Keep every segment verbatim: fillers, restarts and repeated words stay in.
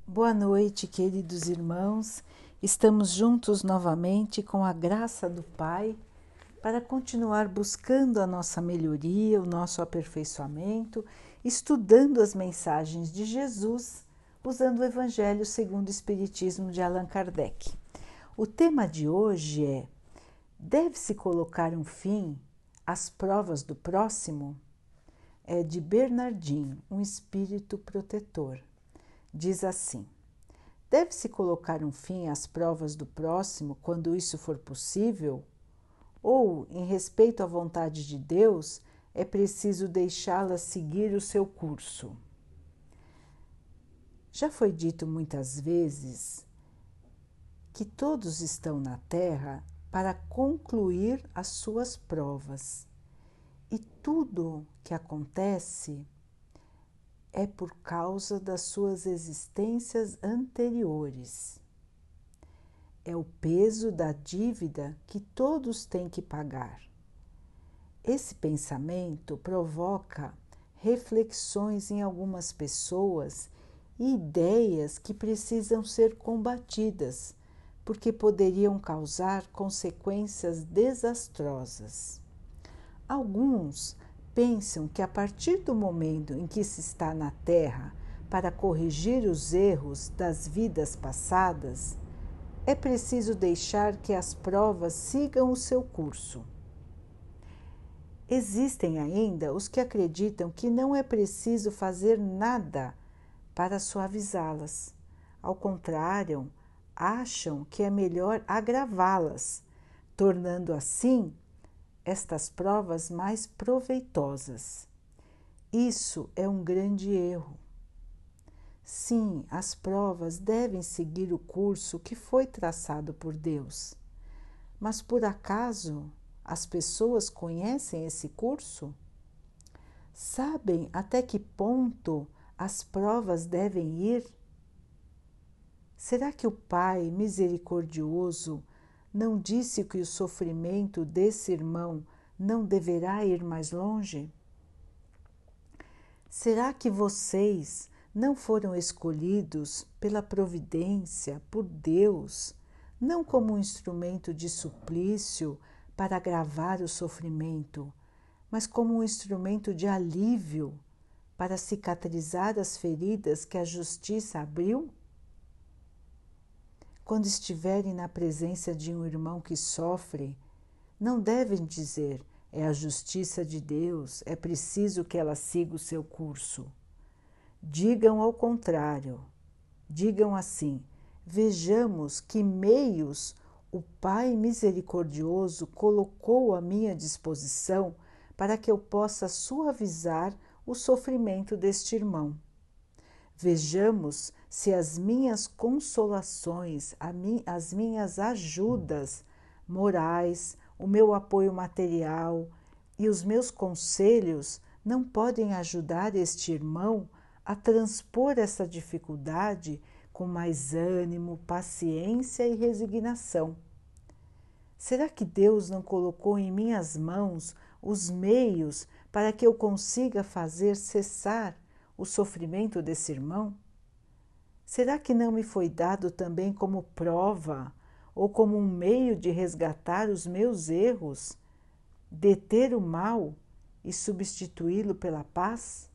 Boa noite, queridos irmãos. Estamos juntos novamente com a graça do Pai para continuar buscando a nossa melhoria, o nosso aperfeiçoamento, estudando as mensagens de Jesus, usando o Evangelho segundo o Espiritismo de Allan Kardec. O tema de hoje é: deve-se colocar um fim às provas do próximo? É de Bernardinho, um espírito protetor. Diz assim: deve-se colocar um fim às provas do próximo quando isso for possível? Ou, em respeito à vontade de Deus, é preciso deixá-la seguir o seu curso? Já foi dito muitas vezes que todos estão na Terra para concluir as suas provas. E tudo que acontece é por causa das suas existências anteriores. É o peso da dívida que todos têm que pagar. Esse pensamento provoca reflexões em algumas pessoas e ideias que precisam ser combatidas, porque poderiam causar consequências desastrosas. Alguns pensam que a partir do momento em que se está na Terra para corrigir os erros das vidas passadas, é preciso deixar que as provas sigam o seu curso. Existem ainda os que acreditam que não é preciso fazer nada para suavizá-las. Ao contrário, acham que é melhor agravá-las, tornando assim estas provas mais proveitosas. Isso é um grande erro. Sim, as provas devem seguir o curso que foi traçado por Deus. Mas por acaso as pessoas conhecem esse curso? Sabem até que ponto as provas devem ir? Será que o Pai misericordioso não disse que o sofrimento desse irmão não deverá ir mais longe? Será que vocês não foram escolhidos pela providência, por Deus, não como um instrumento de suplício para agravar o sofrimento, mas como um instrumento de alívio para cicatrizar as feridas que a justiça abriu? Quando estiverem na presença de um irmão que sofre, não devem dizer: é a justiça de Deus, é preciso que ela siga o seu curso. Digam ao contrário. Digam assim: vejamos que meios o Pai misericordioso colocou à minha disposição para que eu possa suavizar o sofrimento deste irmão. Vejamos se as minhas consolações, as minhas ajudas morais, o meu apoio material e os meus conselhos não podem ajudar este irmão a transpor essa dificuldade com mais ânimo, paciência e resignação. Será que Deus não colocou em minhas mãos os meios para que eu consiga fazer cessar o sofrimento desse irmão? Será que não me foi dado também como prova ou como um meio de resgatar os meus erros, deter o mal e substituí-lo pela paz?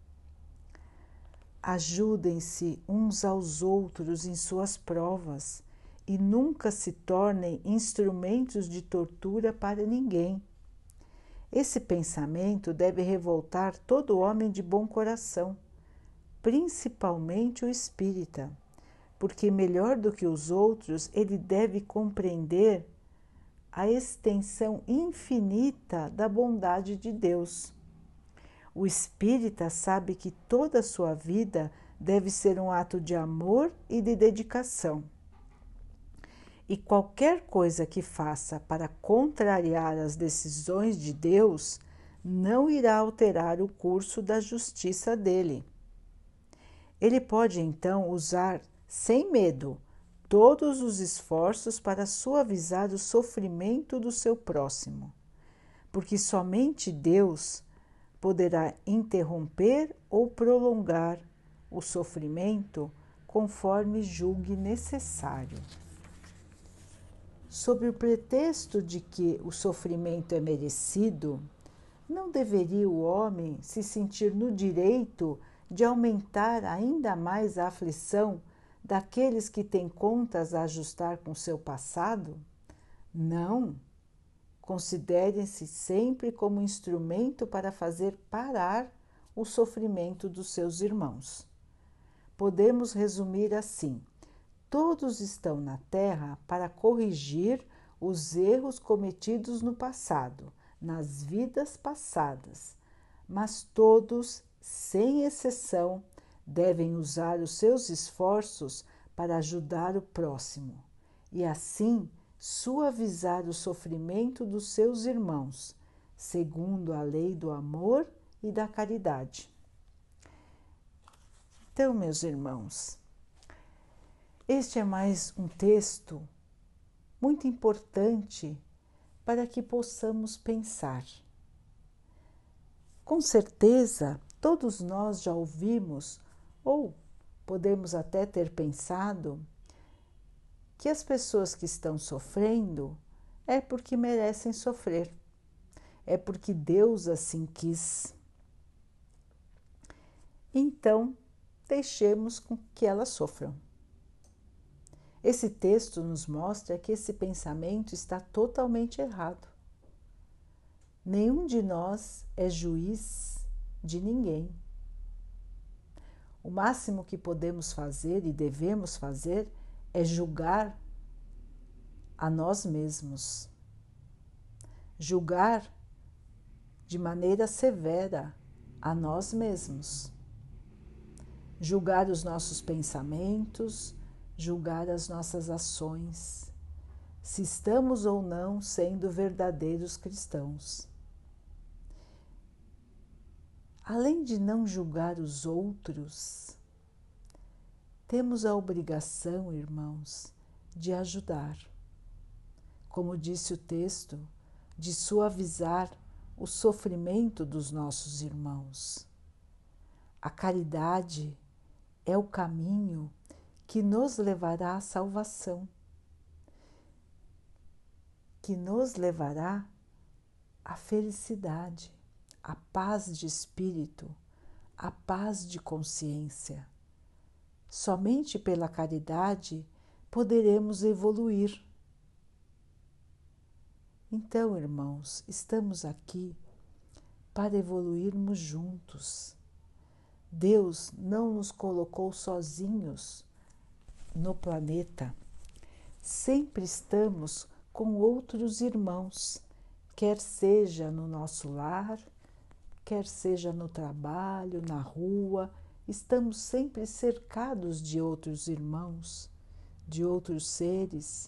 Ajudem-se uns aos outros em suas provas e nunca se tornem instrumentos de tortura para ninguém. Esse pensamento deve revoltar todo homem de bom coração, principalmente o espírita, porque melhor do que os outros ele deve compreender a extensão infinita da bondade de Deus. O espírita sabe que toda a sua vida deve ser um ato de amor e de dedicação. E qualquer coisa que faça para contrariar as decisões de Deus não irá alterar o curso da justiça dele. Ele pode então usar sem medo todos os esforços para suavizar o sofrimento do seu próximo, porque somente Deus poderá interromper ou prolongar o sofrimento conforme julgue necessário. Sob o pretexto de que o sofrimento é merecido, não deveria o homem se sentir no direito de aumentar ainda mais a aflição daqueles que têm contas a ajustar com seu passado? Não. Considerem-se sempre como instrumento para fazer parar o sofrimento dos seus irmãos. Podemos resumir assim: todos estão na Terra para corrigir os erros cometidos no passado, nas vidas passadas, mas todos, sem exceção, devem usar os seus esforços para ajudar o próximo e assim suavizar o sofrimento dos seus irmãos, segundo a lei do amor e da caridade. Então, meus irmãos, este é mais um texto muito importante para que possamos pensar. Com certeza, todos nós já ouvimos, ou podemos até ter pensado, que as pessoas que estão sofrendo é porque merecem sofrer, é porque Deus assim quis. Então, deixemos com que elas sofram. Esse texto nos mostra que esse pensamento está totalmente errado. Nenhum de nós é juiz de ninguém. O máximo que podemos fazer e devemos fazer é julgar a nós mesmos. Julgar de maneira severa a nós mesmos. Julgar os nossos pensamentos, julgar as nossas ações, se estamos ou não sendo verdadeiros cristãos. Além de não julgar os outros, temos a obrigação, irmãos, de ajudar. Como disse o texto, de suavizar o sofrimento dos nossos irmãos. A caridade é o caminho que nos levará à salvação, que nos levará à felicidade, à paz de espírito, à paz de consciência. Somente pela caridade poderemos evoluir. Então, irmãos, estamos aqui para evoluirmos juntos. Deus não nos colocou sozinhos no planeta. Sempre estamos com outros irmãos, quer seja no nosso lar, quer seja no trabalho, na rua, estamos sempre cercados de outros irmãos, de outros seres.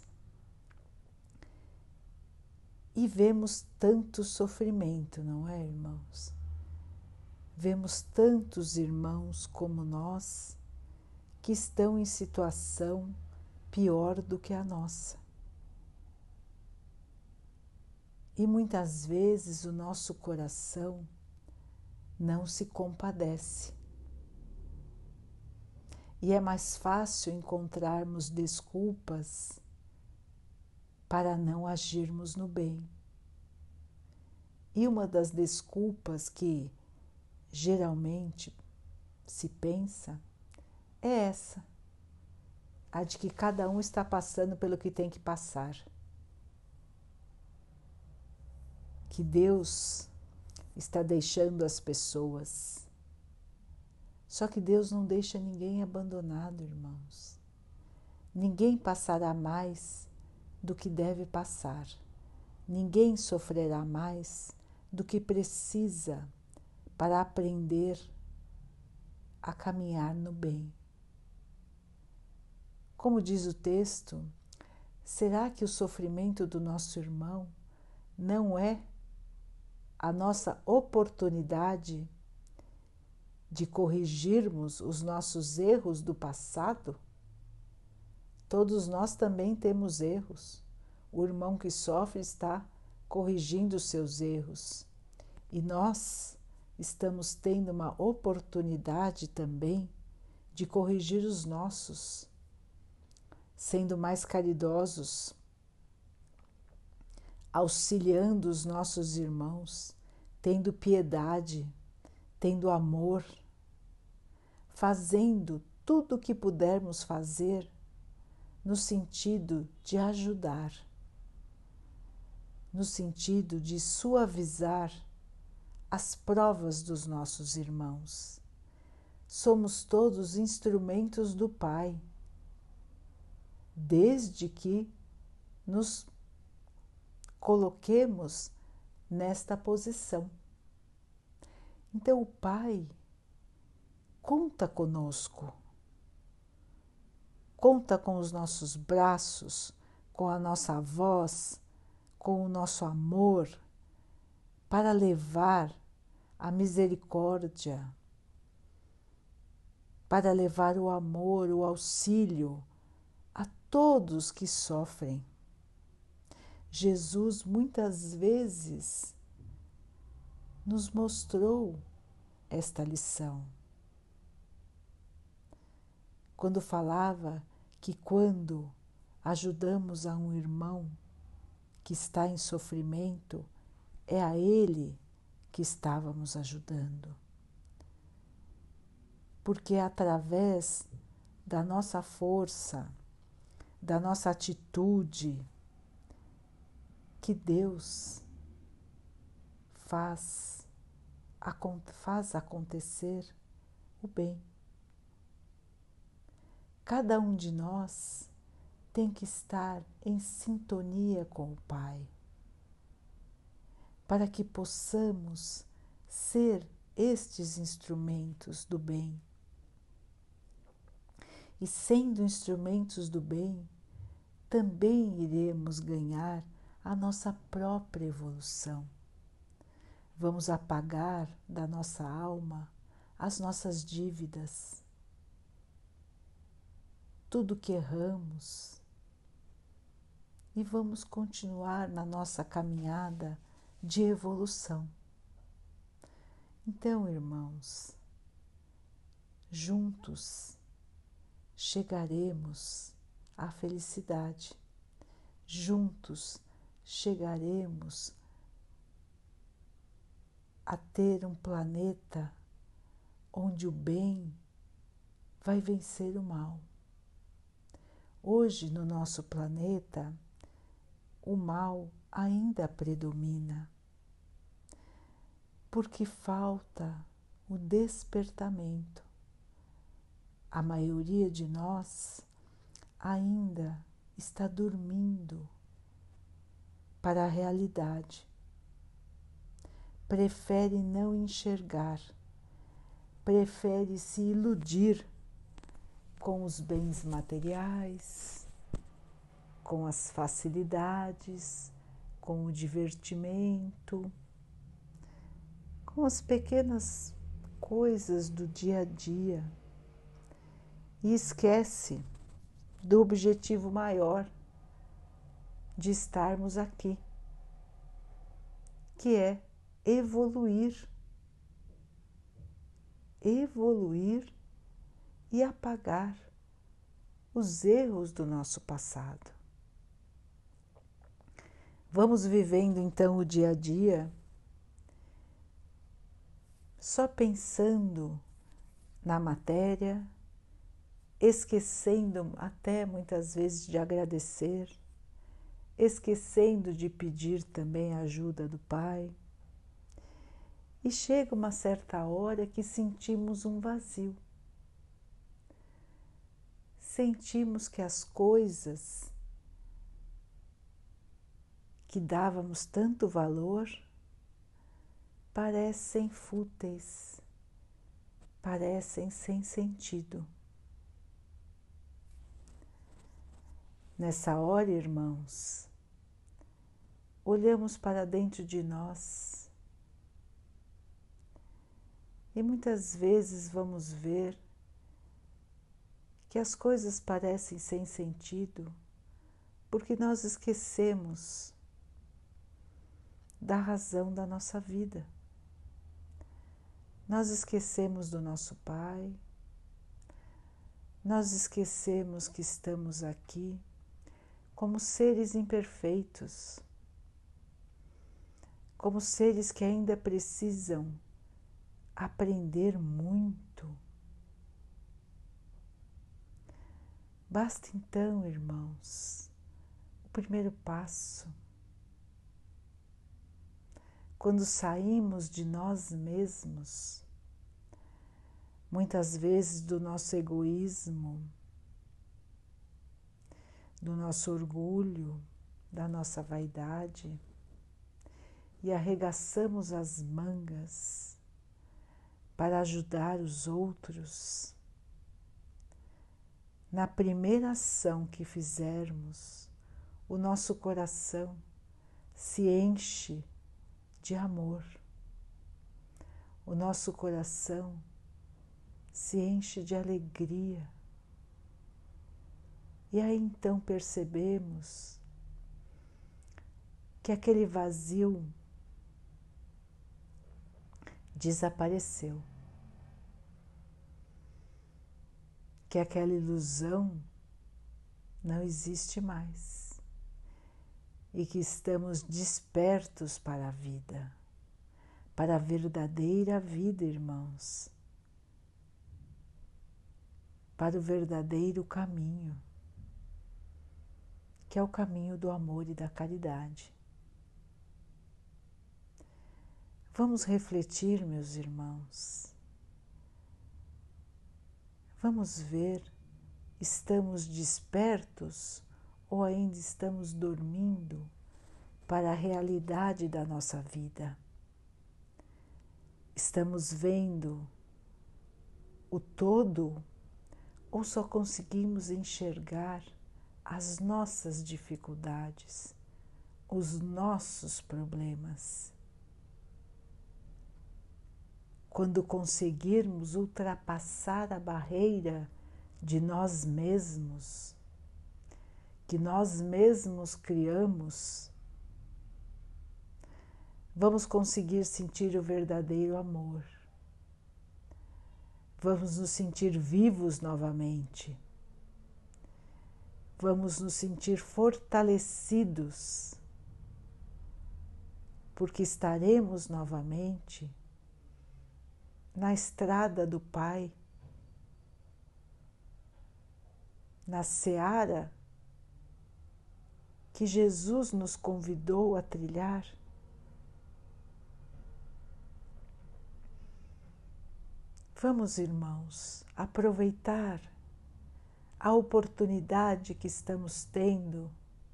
E vemos tanto sofrimento, não é, irmãos? Vemos tantos irmãos como nós que estão em situação pior do que a nossa. E muitas vezes o nosso coração não se compadece. E é mais fácil encontrarmos desculpas para não agirmos no bem. E uma das desculpas que geralmente se pensa é essa, a de que cada um está passando pelo que tem que passar. Que Deus está deixando as pessoas. Só que Deus não deixa ninguém abandonado, irmãos. Ninguém passará mais do que deve passar. Ninguém sofrerá mais do que precisa para aprender a caminhar no bem. Como diz o texto, será que o sofrimento do nosso irmão não é a nossa oportunidade de corrigirmos os nossos erros do passado? Todos nós também temos erros. O irmão que sofre está corrigindo os seus erros. E nós estamos tendo uma oportunidade também de corrigir os nossos, sendo mais caridosos, auxiliando os nossos irmãos, tendo piedade, tendo amor, fazendo tudo o que pudermos fazer no sentido de ajudar, no sentido de suavizar as provas dos nossos irmãos. Somos todos instrumentos do Pai, desde que nos coloquemos nesta posição. Então o Pai conta conosco, conta com os nossos braços, com a nossa voz, com o nosso amor, para levar a misericórdia, para levar o amor, o auxílio a todos que sofrem. Jesus muitas vezes nos mostrou esta lição, quando falava que quando ajudamos a um irmão que está em sofrimento, é a ele que estávamos ajudando. Porque é através da nossa força, da nossa atitude, que Deus faz, faz acontecer o bem. Cada um de nós tem que estar em sintonia com o Pai, para que possamos ser estes instrumentos do bem. E sendo instrumentos do bem, também iremos ganhar a nossa própria evolução. Vamos apagar da nossa alma as nossas dívidas, tudo que erramos, e vamos continuar na nossa caminhada de evolução. Então, irmãos, juntos chegaremos à felicidade, juntos chegaremos a ter um planeta onde o bem vai vencer o mal. Hoje, no nosso planeta, o mal ainda predomina, porque falta o despertamento. A maioria de nós ainda está dormindo para a realidade. Prefere não enxergar, prefere se iludir com os bens materiais, com as facilidades, com o divertimento, com as pequenas coisas do dia a dia, e esquece do objetivo maior de estarmos aqui, que é evoluir, evoluir e apagar os erros do nosso passado. Vamos vivendo então o dia a dia só pensando na matéria, esquecendo até muitas vezes de agradecer, esquecendo de pedir também a ajuda do Pai. E chega uma certa hora que sentimos um vazio. Sentimos que as coisas que dávamos tanto valor parecem fúteis, parecem sem sentido. Nessa hora, irmãos, olhamos para dentro de nós e muitas vezes vamos ver que as coisas parecem sem sentido porque nós esquecemos da razão da nossa vida. Nós esquecemos do nosso Pai, nós esquecemos que estamos aqui como seres imperfeitos, como seres que ainda precisam aprender muito. Basta então, irmãos, o primeiro passo. Quando saímos de nós mesmos, muitas vezes do nosso egoísmo, do nosso orgulho, da nossa vaidade, e arregaçamos as mangas para ajudar os outros, na primeira ação que fizermos, o nosso coração se enche de amor. O nosso coração se enche de alegria. E aí então percebemos que aquele vazio desapareceu, que aquela ilusão não existe mais e que estamos despertos para a vida, para a verdadeira vida, irmãos, para o verdadeiro caminho, que é o caminho do amor e da caridade. Vamos refletir, meus irmãos. Vamos ver, estamos despertos ou ainda estamos dormindo para a realidade da nossa vida? Estamos vendo o todo ou só conseguimos enxergar as nossas dificuldades, os nossos problemas? Quando conseguirmos ultrapassar a barreira de nós mesmos, que nós mesmos criamos, vamos conseguir sentir o verdadeiro amor. Vamos nos sentir vivos novamente. Vamos nos sentir fortalecidos, porque estaremos novamente na estrada do Pai, na seara que Jesus nos convidou a trilhar. Vamos, irmãos, aproveitar a oportunidade que estamos tendo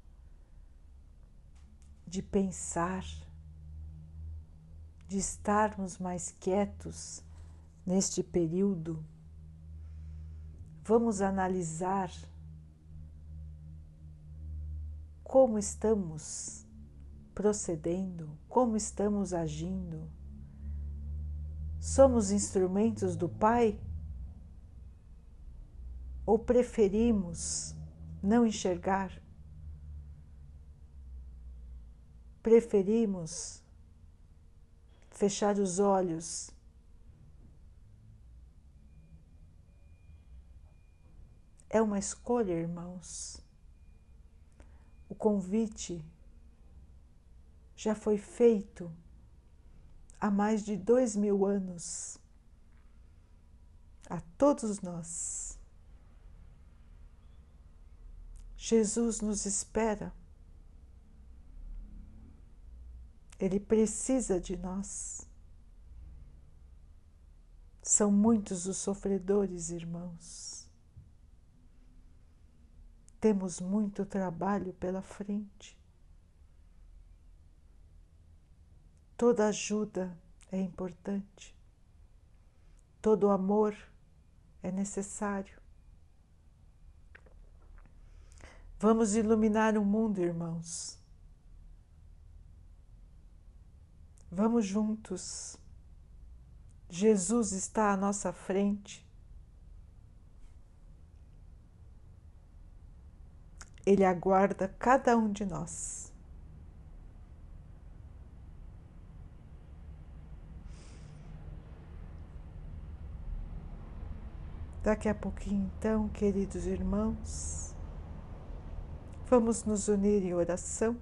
de pensar, de estarmos mais quietos neste período. Vamos analisar como estamos procedendo, como estamos agindo. Somos instrumentos do Pai? Ou preferimos não enxergar? Preferimos fechar os olhos? É uma escolha, irmãos. O convite já foi feito há mais de dois mil anos a todos nós. Jesus nos espera. Ele precisa de nós. São muitos os sofredores, irmãos. Temos muito trabalho pela frente. Toda ajuda é importante. Todo amor é necessário. Vamos iluminar o mundo, irmãos. Vamos juntos. Jesus está à nossa frente. Ele aguarda cada um de nós. Daqui a pouquinho, então, queridos irmãos, vamos nos unir em oração,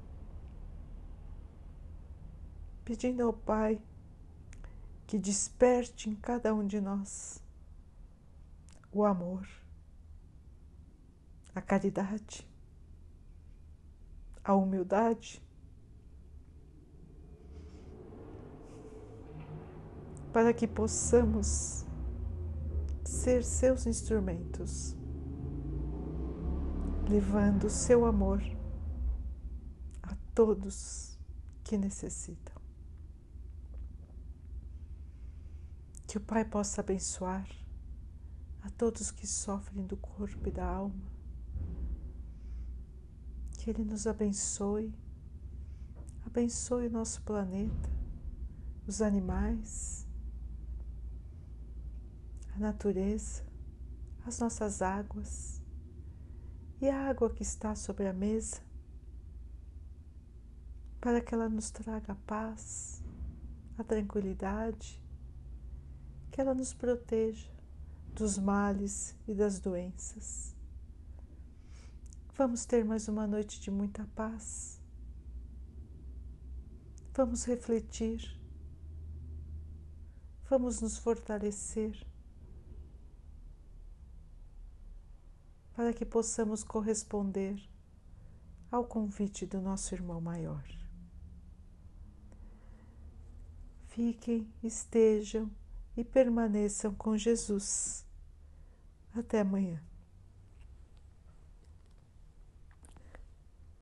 pedindo ao Pai que desperte em cada um de nós o amor, a caridade, a humildade, para que possamos ser seus instrumentos, levando o seu amor a todos que necessitam. Que o Pai possa abençoar a todos que sofrem do corpo e da alma. Que Ele nos abençoe, abençoe o nosso planeta, os animais, a natureza, as nossas águas e a água que está sobre a mesa, para que ela nos traga a paz, a tranquilidade, que ela nos proteja dos males e das doenças. Vamos ter mais uma noite de muita paz. Vamos refletir. Vamos nos fortalecer para que possamos corresponder ao convite do nosso irmão maior. Fiquem, estejam e permaneçam com Jesus. Até amanhã.